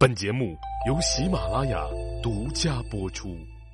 本节目由喜马拉雅独家播出。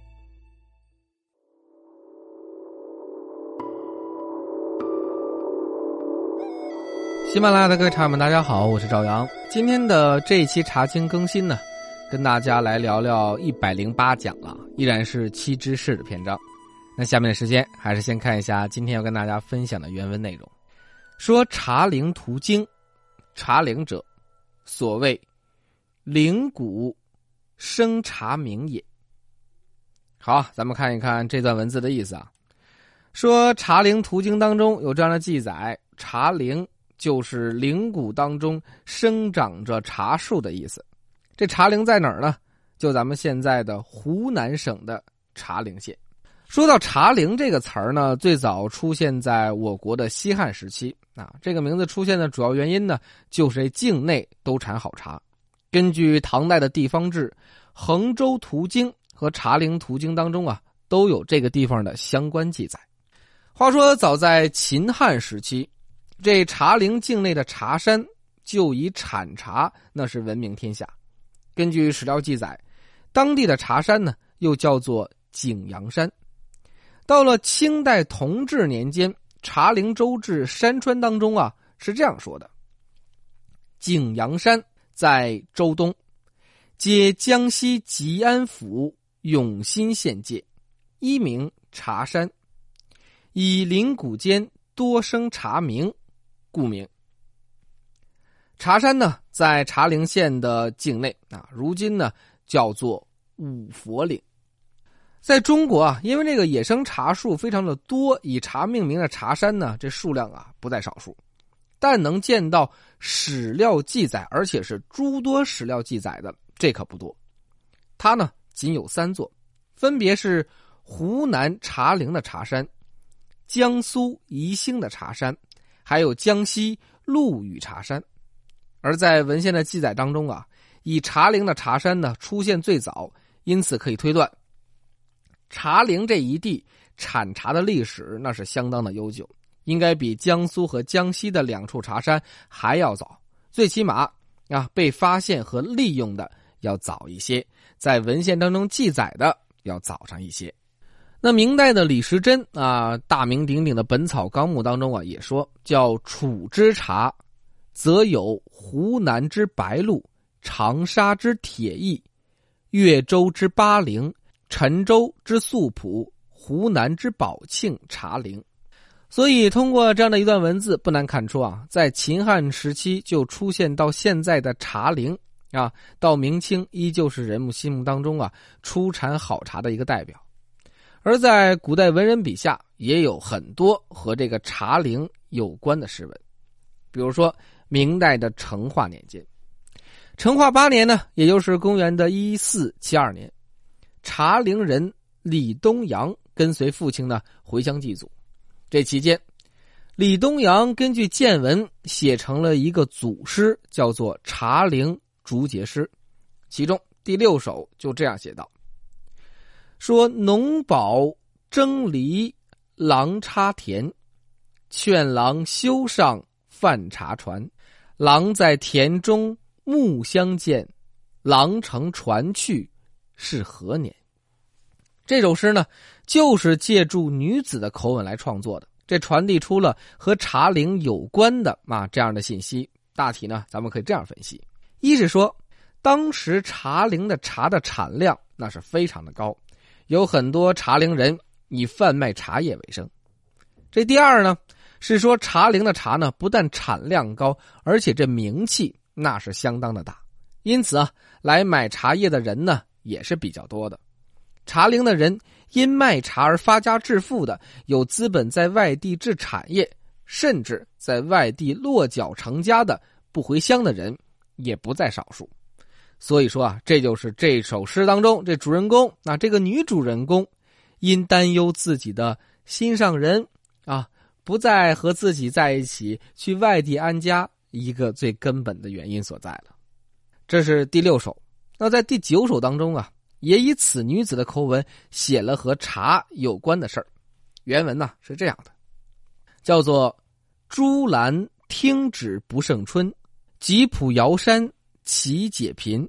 喜马拉雅的各位茶友们大家好，我是赵阳。今天的这一期茶经更新呢，跟大家来聊聊108讲了，依然是七知识的篇章。那下面的时间还是先看一下今天要跟大家分享的原文内容。说茶陵图经，茶陵者，所谓灵谷生茶名也。好，咱们看一看这段文字的意思啊。说茶陵图经当中有这样的记载，茶陵就是灵谷当中生长着茶树的意思。这茶陵在哪儿呢？就咱们现在的湖南省的茶陵县。说到茶陵这个词儿呢，最早出现在我国的西汉时期啊。这个名字出现的主要原因呢，就是这境内都产好茶。根据唐代的地方志《衡州图经》和《茶陵图经》当中啊，都有这个地方的相关记载。话说早在秦汉时期，这茶陵境内的茶山就以产茶那是闻名天下。根据史料记载，当地的茶山呢又叫做景阳山。到了清代同治年间，茶陵州志山川当中啊是这样说的：景阳山在州东，接江西吉安府永新县界，一名茶山，以林谷间多生茶名，故名。茶山呢在茶陵县的境内啊，如今呢叫做五佛岭。在中国啊，因为这个野生茶树非常的多，以茶命名的茶山呢，这数量啊不在少数。但能见到史料记载，而且是诸多史料记载的，这可不多。它呢仅有3座，分别是湖南茶陵的茶山、江苏宜兴的茶山，还有江西陆羽茶山。而在文献的记载当中啊，以茶陵的茶山呢出现最早，因此可以推断茶陵这一地产茶的历史那是相当的悠久，应该比江苏和江西的2处茶山还要早，最起码啊被发现和利用的要早一些，在文献当中记载的要早上一些。那明代的李时珍啊，大名鼎鼎的《本草纲目》当中啊也说，叫楚之茶，则有湖南之白鹿、长沙之铁艺、岳州之巴陵、陈州之素朴、湖南之宝庆茶陵。所以通过这样的一段文字，不难看出啊，在秦汉时期就出现到现在的茶陵啊，到明清依旧是人们心目当中啊出产好茶的一个代表。而在古代文人笔下，也有很多和这个茶陵有关的诗文。比如说明代的成化年间，成化8年呢，也就是公元的1472年，茶陵人李东阳跟随父亲呢回乡祭祖。这期间，李东阳根据见闻写成了一个祖诗，叫做《茶陵竹节诗》，其中第6首就这样写道：说农保蒸梨郎插田，劝郎休上泛茶船，郎在田中木相见，郎乘船去是何年。这首诗呢，就是借助女子的口吻来创作的，这传递出了和茶陵有关的这样的信息。大体呢，咱们可以这样分析：一是说，当时茶陵的茶的产量那是非常的高，有很多茶陵人以贩卖茶叶为生。这第二呢，是说茶陵的茶呢，不但产量高，而且这名气那是相当的大，因此啊，来买茶叶的人呢也是比较多的。茶陵的人因卖茶而发家致富的，有资本在外地置产业，甚至在外地落脚成家的不回乡的人也不在少数。所以说啊，这就是这首诗当中这主人公这个女主人公因担忧自己的心上人啊不再和自己在一起，去外地安家一个最根本的原因所在了。这是第6首。那在第9首当中啊，也以此女子的口吻写了和茶有关的事儿。原文呢是这样的，叫做朱兰听止不胜春，吉普瑶山其解贫，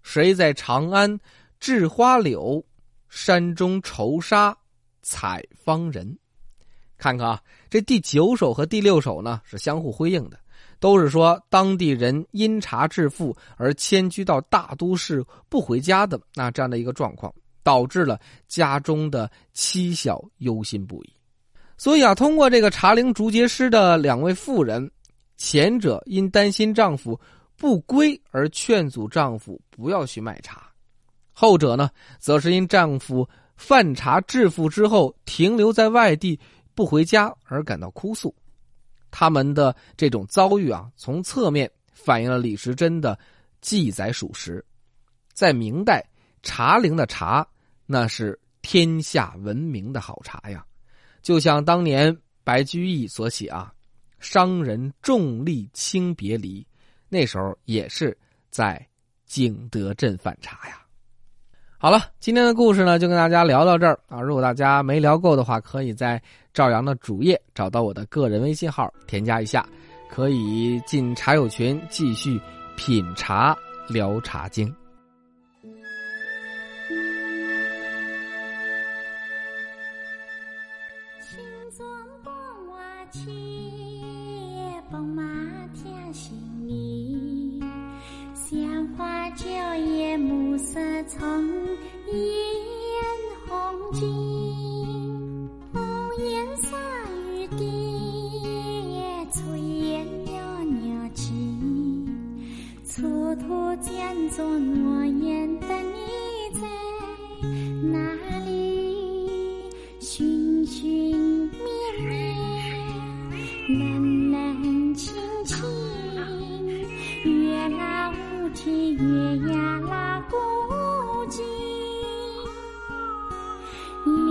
谁在长安置花柳，山中愁杀采芳人。看看啊，这第9首和第6首呢是相互辉映的，都是说当地人因茶致富而迁居到大都市不回家的这样的一个状况，导致了家中的妻小忧心不已。所以通过这个茶陵竹节诗的2位妇人，前者因担心丈夫不归而劝阻丈夫不要去卖茶，后者呢则是因丈夫贩茶致富之后停留在外地不回家而感到哭诉。他们的这种遭遇从侧面反映了李时珍的记载属实。在明代，茶陵的茶那是天下闻名的好茶呀，就像当年白居易所写商人重利轻别离，那时候也是在景德镇贩茶呀。好了，今天的故事呢就跟大家聊到这儿如果大家没聊够的话，可以在赵阳的主页找到我的个人微信号，添加一下，可以进茶友群继续品茶聊茶经。 鲜花娇艳，暮色葱，烟红巾。红颜洒雨滴，炊烟袅袅起。蹉跎间中，我愿等你在哪里？寻寻觅觅，冷冷清清，月老天月呀拉孤寂。